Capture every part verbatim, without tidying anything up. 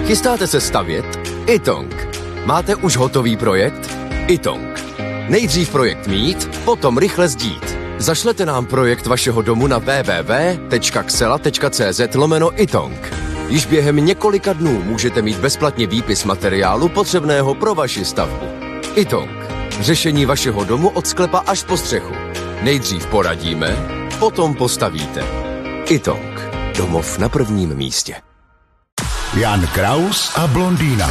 Chystáte se stavět? Itong. Máte už hotový projekt? Itong. Nejdřív projekt mít, potom rychle sdít. Zašlete nám projekt vašeho domu na w w w tečka xela tečka c z lomeno Itong. Již během několika dnů můžete mít bezplatně výpis materiálu potřebného pro vaši stavbu. Itong. Řešení vašeho domu od sklepa až po střechu. Nejdřív poradíme, potom postavíte. Itong. Domov na prvním místě. Jan Kraus a blondýna.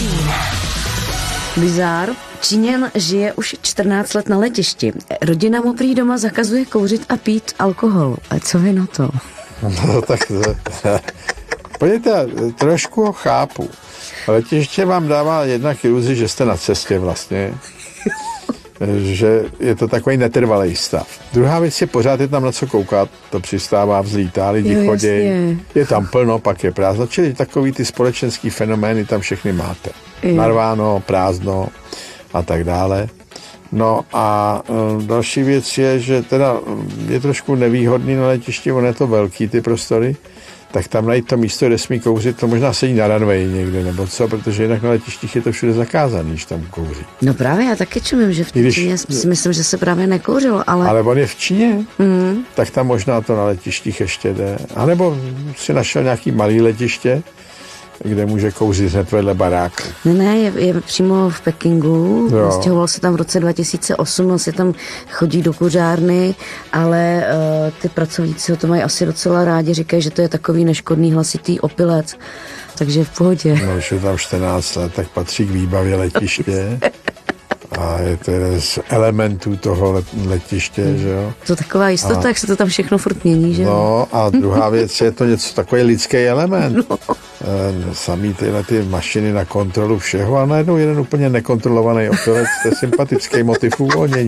Bizár. Číňan žije už čtrnáct let na letišti. Rodina mu prý doma zakazuje kouřit a pít alkohol. A co vy na to? No tak pojďte, trošku ho chápu. Letiště vám dává jednak iluzi, že jste na cestě vlastně. Že je to takový netrvalý stav. Druhá věc je, pořád je tam na co koukat, to přistává, vzlítá, lidi chodí, je tam plno, pak je prázdno, čili takový ty společenský fenomény tam všechny máte. Je. Narváno, prázdno a tak dále. No a e, další věc je, že teda je trošku nevýhodný na letišti, on je to velký, ty prostory, tak tam najít to místo, kde smí kouřit, to možná sedí na runway někde, nebo co, protože jinak na letištích je to všude zakázané, když tam kouří. No právě, já taky čumím, že v když, Číně si myslím, že se právě nekouřilo, ale... Ale on je v Číně, mm. tak tam možná to na letištích ještě jde. A nebo si našel nějaký malý letiště, kde může kouřit hned vedle baráku. Ne, ne, je, je přímo v Pekingu, stěhoval se tam v roce dva tisíce osm, on si tam chodí do kuřárny, ale uh, ty pracovníci ho to mají asi docela rádi, říkají, že to je takový neškodný hlasitý opilec, takže v pohodě. No, už je tam čtrnáct let, tak patří k výbavě letiště. A je to jeden z elementů toho letiště, hmm. že jo. To taková jistota, a, jak se to tam všechno furt mění, že jo. No a druhá věc je to něco, takový lidský element. No. E, samý tyhle ty mašiny na kontrolu všeho a najednou jeden úplně nekontrolovaný opilec, to je sympatický motiv uvolnění.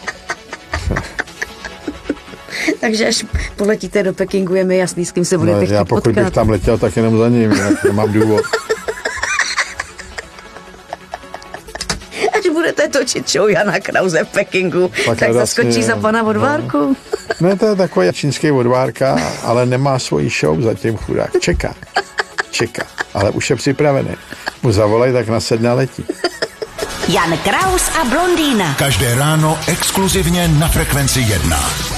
Takže až poletíte do Pekingu, je mi jasný, s kým se budete no, chtít já pokud potkat. bych tam letěl, tak jenom za ním, jinak nemám důvod. Až budete točit show Jana Krause v Pekingu, tak, tak zaskočí vlastně, za pana odvárku. No. Ne, to je takový čínský odvárka, ale nemá svoji show, zatím chudák. Čeká, čeká, ale už je připravený. Mu zavolej, tak nasedne letí. Jan Kraus a blondýna. Každé ráno exkluzivně na Frekvenci jedna.